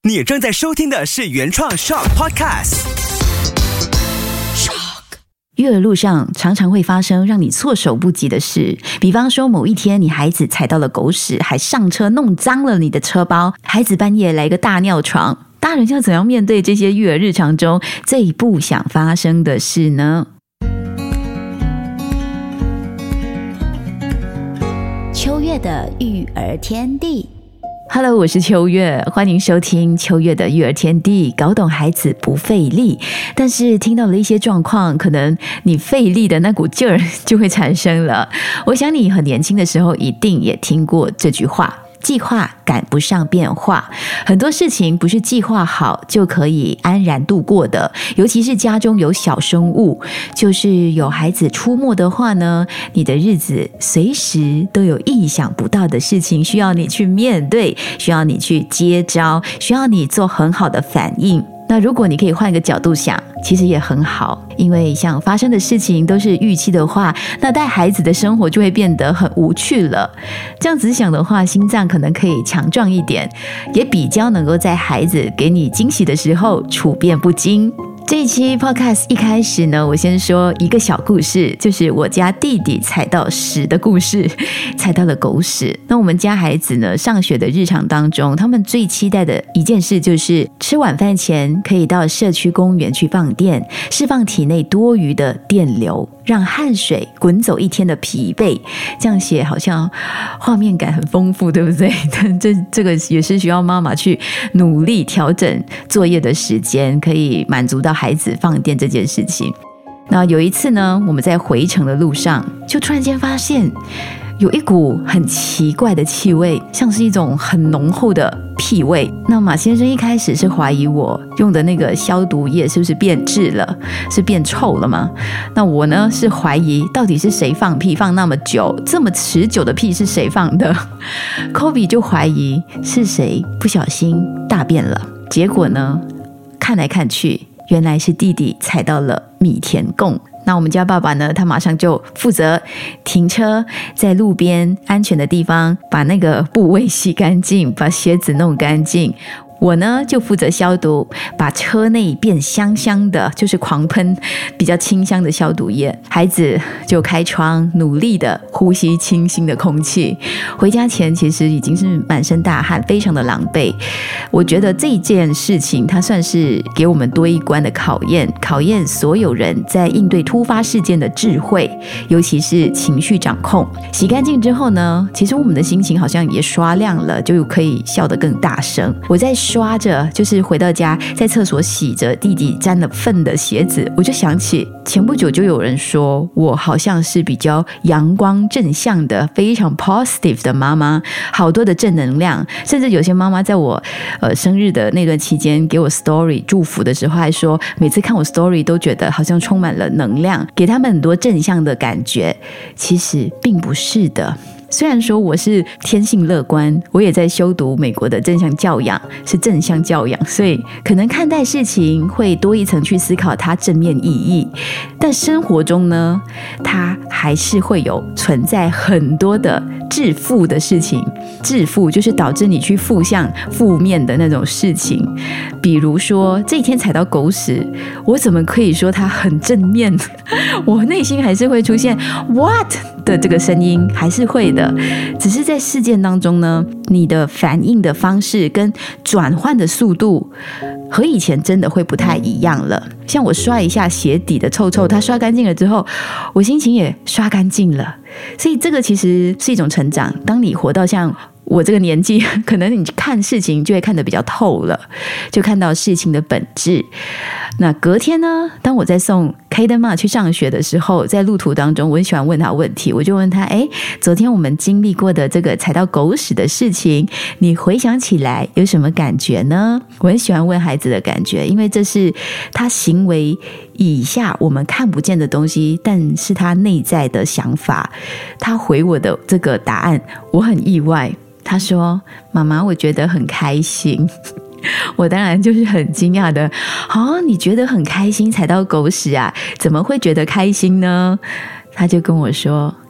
你正在收听的是原创 Shock Podcast。Shock。 育儿路上常常会发生让你措手不及的事，比方说某一天你孩子踩到了狗屎，还上车弄脏了你的车包，孩子半夜来个大尿床，大人要怎样面对这些育儿日常中最不想发生的事呢？ 秋月的育儿天地。 Hello， 我是秋月，欢迎收听秋月的育儿天地，搞懂孩子不费力。但是听到了一些状况，可能你费力的那股劲儿就会产生了。我想你很年轻的时候一定也听过这句话，计划赶不上变化，很多事情不是计划好就可以安然度过的，尤其是家中有小生物，就是有孩子出没的话呢，你的日子随时都有意想不到的事情需要你去面对，需要你去接招，需要你做很好的反应。那如果你可以换一个角度想，其实也很好，因为像发生的事情都是预期的话，那带孩子的生活就会变得很无趣了。这样子想的话，心脏可能可以强壮一点，也比较能够在孩子给你惊喜的时候处变不惊。这一期 podcast 一开始呢，我先说一个小故事，就是我家弟弟踩到屎的故事，踩到了狗屎。那我们家孩子呢，上学的日常当中，他们最期待的一件事就是吃晚饭前可以到社区公园去放电，释放体内多余的电流，让汗水滚走一天的疲惫。这样写好像画面感很丰富，对不对？但这个也是需要妈妈去努力调整作业的时间，可以满足到孩子放电这件事情。那有一次呢，我们在回程的路上，就突然间发现有一股很奇怪的气味，像是一种很浓厚的屁味。那马先生一开始是怀疑我用的那个消毒液是不是变质了，是变臭了吗？那我呢是怀疑到底是谁放屁放那么久，这么持久的屁是谁放的？Kobe 就怀疑是谁不小心大便了。结果呢，看来看去，原来是弟弟踩到了米田共。那我们家爸爸呢，他马上就负责停车，在路边安全的地方把那个部位洗干净，把鞋子弄干净。我呢就负责消毒，把车内变香香的，就是狂喷比较清香的消毒液。孩子就开窗，努力的呼吸清新的空气。回家前其实已经是满身大汗，非常的狼狈。我觉得这件事情它算是给我们多一关的考验，考验所有人在应对突发事件的智慧，尤其是情绪掌控。洗干净之后呢，其实我们的心情好像也刷亮了，就可以笑得更大声。我在刷着，就是回到家，在厕所洗着弟弟沾了粪的鞋子，我就想起前不久就有人说我好像是比较阳光正向的，非常 positive 的妈妈，好多的正能量，甚至有些妈妈在我生日的那段期间给我 story 祝福的时候，还说每次看我 story 都觉得好像充满了能量，给他们很多正向的感觉。其实并不是的。虽然说我是天性乐观，我也在修读美国的正向教养，是正向教养，所以可能看待事情会多一层去思考它正面意义，但生活中呢，它还是会有存在很多的致负的事情。致负就是导致你去负向负面的那种事情，比如说这一天踩到狗屎，我怎么可以说它很正面？我内心还是会出现 what 的这个声音，还是会的，只是在事件当中呢，你的反应的方式跟转换的速度和以前真的会不太一样了。像我刷一下鞋底的臭臭，它刷干净了之后，我心情也刷干净了。所以这个其实是一种成长。当你活到像我这个年纪，可能你看事情就会看得比较透了，就看到事情的本质。那隔天呢，当我在送 Kaden Ma 去上学的时候，在路途当中，我很喜欢问他问题，我就问他，昨天我们经历过的这个踩到狗屎的事情，你回想起来有什么感觉呢？我很喜欢问孩子的感觉，因为这是他行为以下我们看不见的东西，但是他内在的想法。他回我的这个答案，我很意外。他说：“妈妈，我觉得很开心。”我当然就是很惊讶的，你觉得很开心踩到狗屎啊？怎么会觉得开心呢？他就跟我说，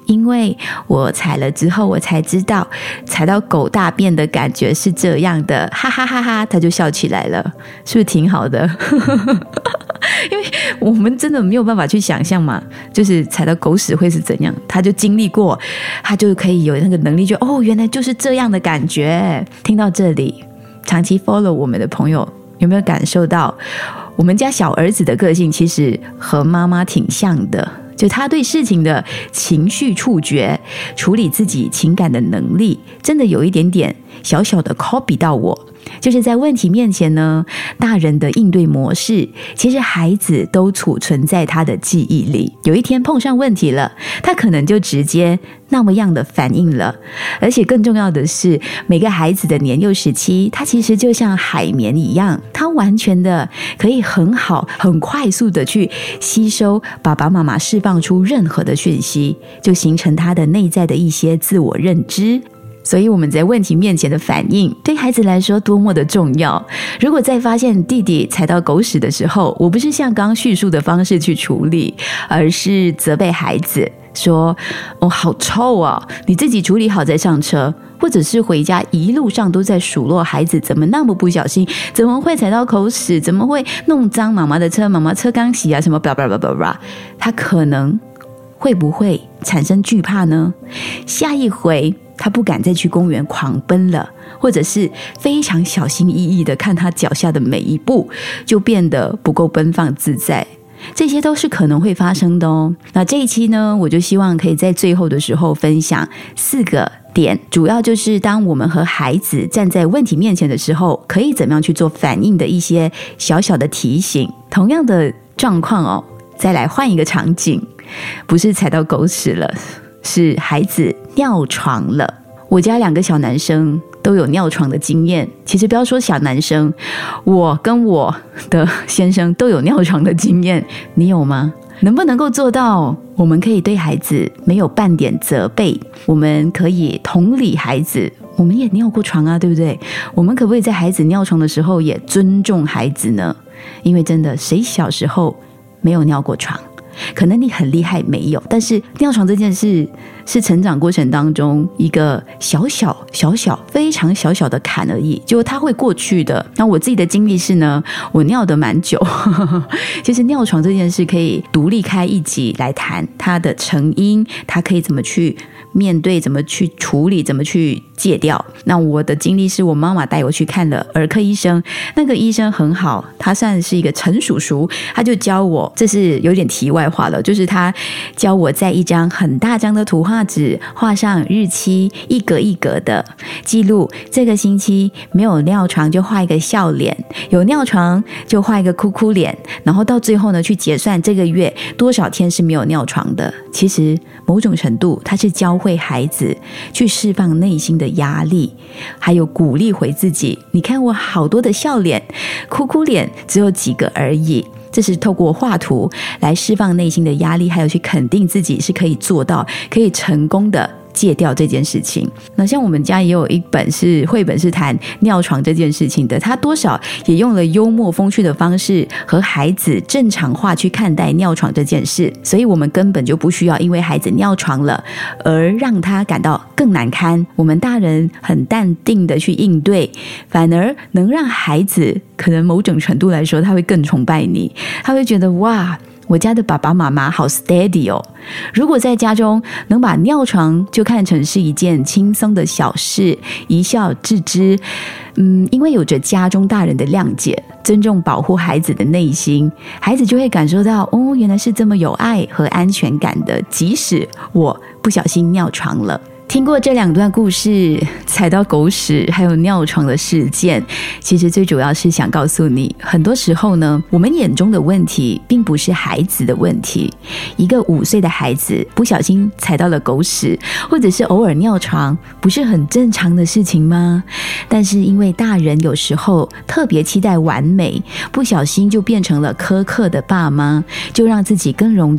因为我踩了之后我才知道踩到狗大便的感觉是这样的，哈哈哈哈，他就笑起来了，是不是挺好的？因为我们真的没有办法去想象嘛，就是踩到狗屎会是怎样，他就经历过，他就可以有那个能力，就原来就是这样的感觉。听到这里，长期 follow 我们的朋友有没有感受到我们家小儿子的个性其实和妈妈挺像的，就他对事情的情绪触觉，处理自己情感的能力，真的有一点点小小的 copy 到我。就是在问题面前呢，大人的应对模式其实孩子都储存在他的记忆里，有一天碰上问题了，他可能就直接那么样的反应了。而且更重要的是，每个孩子的年幼时期，他其实就像海绵一样，他完全的可以很好很快速的去吸收爸爸妈妈释放出任何的讯息，就形成他的内在的一些自我认知。所以我们在问题面前的反应对孩子来说多么的重要。如果在发现弟弟踩到狗屎的时候，我不是像刚刚叙述的方式去处理，而是责备孩子说好臭啊，你自己处理好再上车，或者是回家一路上都在数落孩子怎么那么不小心，怎么会踩到狗屎，怎么会弄脏妈妈的车，妈妈车刚洗啊，什么 blah blah blah blah blah， 他可能会不会产生惧怕呢？下一回他不敢再去公园狂奔了，或者是非常小心翼翼的看他脚下的每一步，就变得不够奔放自在。这些都是可能会发生的哦。那这一期呢，我就希望可以在最后的时候分享4个点，主要就是当我们和孩子站在问题面前的时候，可以怎么样去做反应的一些小小的提醒。同样的状况再来换一个场景，不是踩到狗屎了，是孩子尿床了。我家2个小男生都有尿床的经验，其实不要说小男生，我跟我的先生都有尿床的经验，你有吗？能不能够做到我们可以对孩子没有半点责备，我们可以同理孩子，我们也尿过床啊，对不对？我们可不可以在孩子尿床的时候也尊重孩子呢？因为真的，谁小时候没有尿过床？可能你很厉害没有，但是尿床这件事是成长过程当中一个小非常小小的坎而已，就它会过去的。那我自己的经历是呢，我尿得蛮久其实尿床这件事可以独立开一集来谈它的成因，它可以怎么去面对，怎么去处理，怎么去戒掉。那我的经历是我妈妈带我去看了儿科医生，那个医生很好，他算是一个陈叔叔，他就教我，这是有点题外话了，就是他教我在一张很大张的图画纸画上日期，一格一格的记录，这个星期没有尿床就画一个笑脸，有尿床就画一个哭哭脸，然后到最后呢去结算这个月多少天是没有尿床的。其实某种程度他是教会孩子去释放内心的压力，还有鼓励回自己，你看我好多的笑脸，哭哭脸只有几个而已。这是透过画图来释放内心的压力，还有去肯定自己是可以做到，可以成功的戒掉这件事情。那像我们家也有一本是绘本是谈尿床这件事情的，他多少也用了幽默风趣的方式和孩子正常化去看待尿床这件事，所以我们根本就不需要因为孩子尿床了而让他感到更难堪，我们大人很淡定的去应对，反而能让孩子可能某种程度来说他会更崇拜你，他会觉得哇，我家的爸爸妈妈好 steady 哦。如果在家中能把尿床就看成是一件轻松的小事，一笑置之，因为有着家中大人的谅解，尊重保护孩子的内心，孩子就会感受到原来是这么有爱和安全感的，即使我不小心尿床了。听过这2段故事，踩到狗屎还有尿床的事件，其实最主要是想告诉你，很多时候呢，我们眼中的问题并不是孩子的问题。一个5岁的孩子不小心踩到了狗屎，或者是偶尔尿床，不是很正常的事情吗？但是因为大人有时候特别期待完美，不小心就变成了苛刻的爸妈，就让自己更容易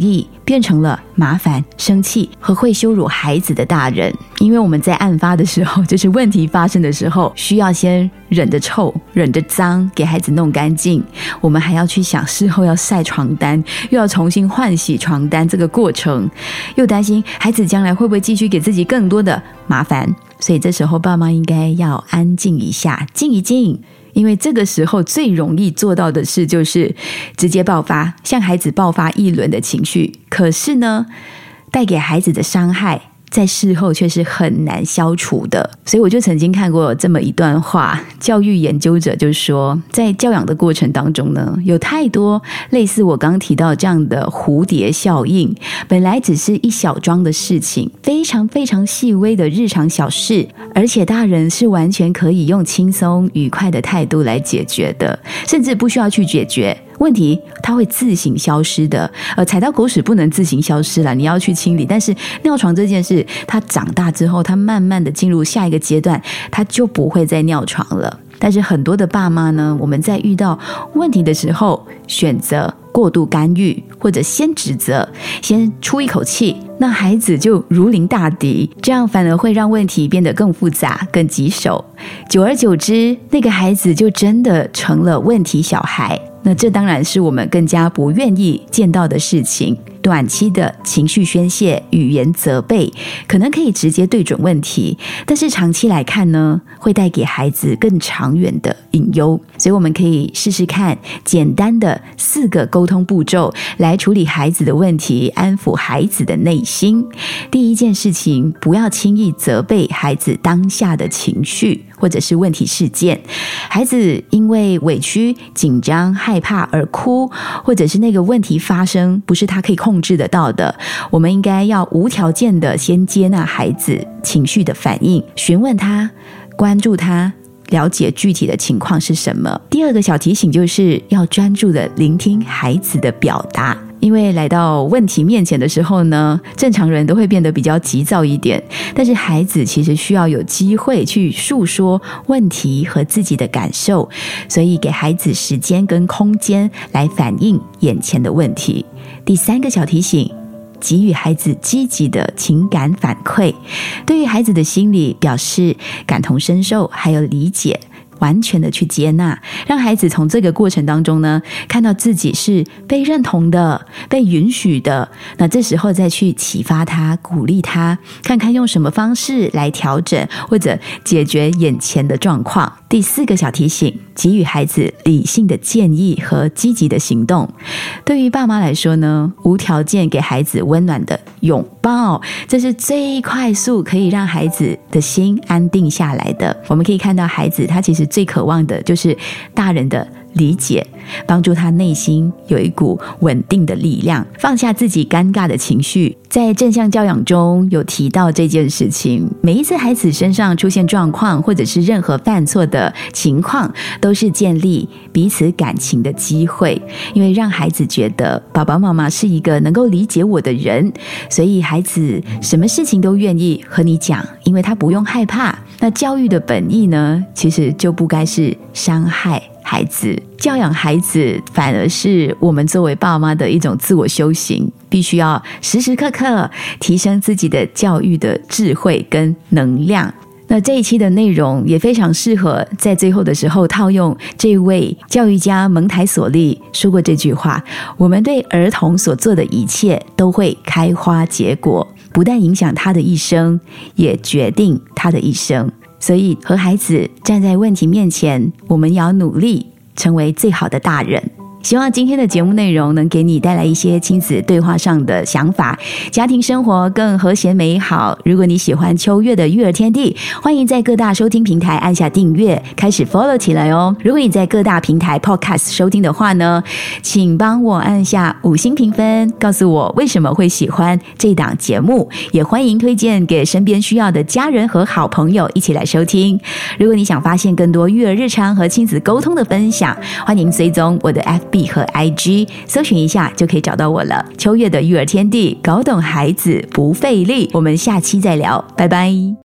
变成了麻烦、生气和会羞辱孩子的大人。因为我们在案发的时候，就是问题发生的时候，需要先忍着臭、忍着脏给孩子弄干净，我们还要去想事后要晒床单，又要重新换洗床单，这个过程又担心孩子将来会不会继续给自己更多的麻烦。所以这时候爸妈应该要安静一下，静一静，因为这个时候最容易做到的事就是直接爆发，向孩子爆发一轮的情绪。可是呢，带给孩子的伤害在事后却是很难消除的。所以我就曾经看过这么一段话，教育研究者就说，在教养的过程当中呢，有太多类似我刚提到这样的蝴蝶效应，本来只是一小桩的事情，非常非常细微的日常小事，而且大人是完全可以用轻松愉快的态度来解决的，甚至不需要去解决问题，它会自行消失的。踩到狗屎不能自行消失啦，你要去清理。但是尿床这件事，它长大之后，它慢慢的进入下一个阶段，它就不会再尿床了。但是很多的爸妈呢，我们在遇到问题的时候，选择过度干预，或者先指责，先出一口气，那孩子就如临大敌，这样反而会让问题变得更复杂、更棘手。久而久之，那个孩子就真的成了问题小孩。那这当然是我们更加不愿意见到的事情。短期的情绪宣泄、语言责备，可能可以直接对准问题，但是长期来看呢，会带给孩子更长远的隐忧。所以我们可以试试看简单的4个沟通步骤来处理孩子的问题，安抚孩子的内心。第一件事情，不要轻易责备孩子当下的情绪或者是问题事件。孩子因为委屈、紧张、害怕而哭，或者是那个问题发生不是他可以控制得到的，我们应该要无条件的先接纳孩子情绪的反应，询问他，关注他，了解具体的情况是什么。第2个小提醒就是要专注的聆听孩子的表达。因为来到问题面前的时候呢，正常人都会变得比较急躁一点，但是孩子其实需要有机会去诉说问题和自己的感受，所以给孩子时间跟空间来反映眼前的问题。第3个小提醒，给予孩子积极的情感反馈，对于孩子的心理表示感同身受，还有理解，完全的去接纳，让孩子从这个过程当中呢，看到自己是被认同的、被允许的。那这时候再去启发他、鼓励他，看看用什么方式来调整或者解决眼前的状况。第4个小提醒，给予孩子理性的建议和积极的行动。对于爸妈来说呢，无条件给孩子温暖的拥抱，这是最快速可以让孩子的心安定下来的。我们可以看到孩子他其实最渴望的就是大人的理解，帮助他内心有一股稳定的力量，放下自己尴尬的情绪。在正向教养中有提到这件事情，每一次孩子身上出现状况，或者是任何犯错的情况，都是建立彼此感情的机会。因为让孩子觉得爸爸妈妈是一个能够理解我的人，所以孩子什么事情都愿意和你讲，因为他不用害怕。那教育的本意呢，其实就不该是伤害孩子，教养孩子反而是我们作为爸妈的一种自我修行，必须要时时刻刻提升自己的教育的智慧跟能量。那这一期的内容也非常适合在最后的时候套用这位教育家蒙台索利说过这句话：我们对儿童所做的一切都会开花结果，不但影响他的一生，也决定他的一生。所以和孩子站在问题面前，我们要努力成为最好的大人。希望今天的节目内容能给你带来一些亲子对话上的想法，家庭生活更和谐美好。如果你喜欢秋月的育儿天地，欢迎在各大收听平台按下订阅，开始 follow 起来哦。如果你在各大平台 podcast 收听的话呢，请帮我按下5星评分，告诉我为什么会喜欢这档节目，也欢迎推荐给身边需要的家人和好朋友一起来收听。如果你想发现更多育儿日常和亲子沟通的分享，欢迎追踪我的 FB 和 IG， 搜寻一下就可以找到我了。秋月的育儿天地，搞懂孩子不费力。我们下期再聊，拜拜。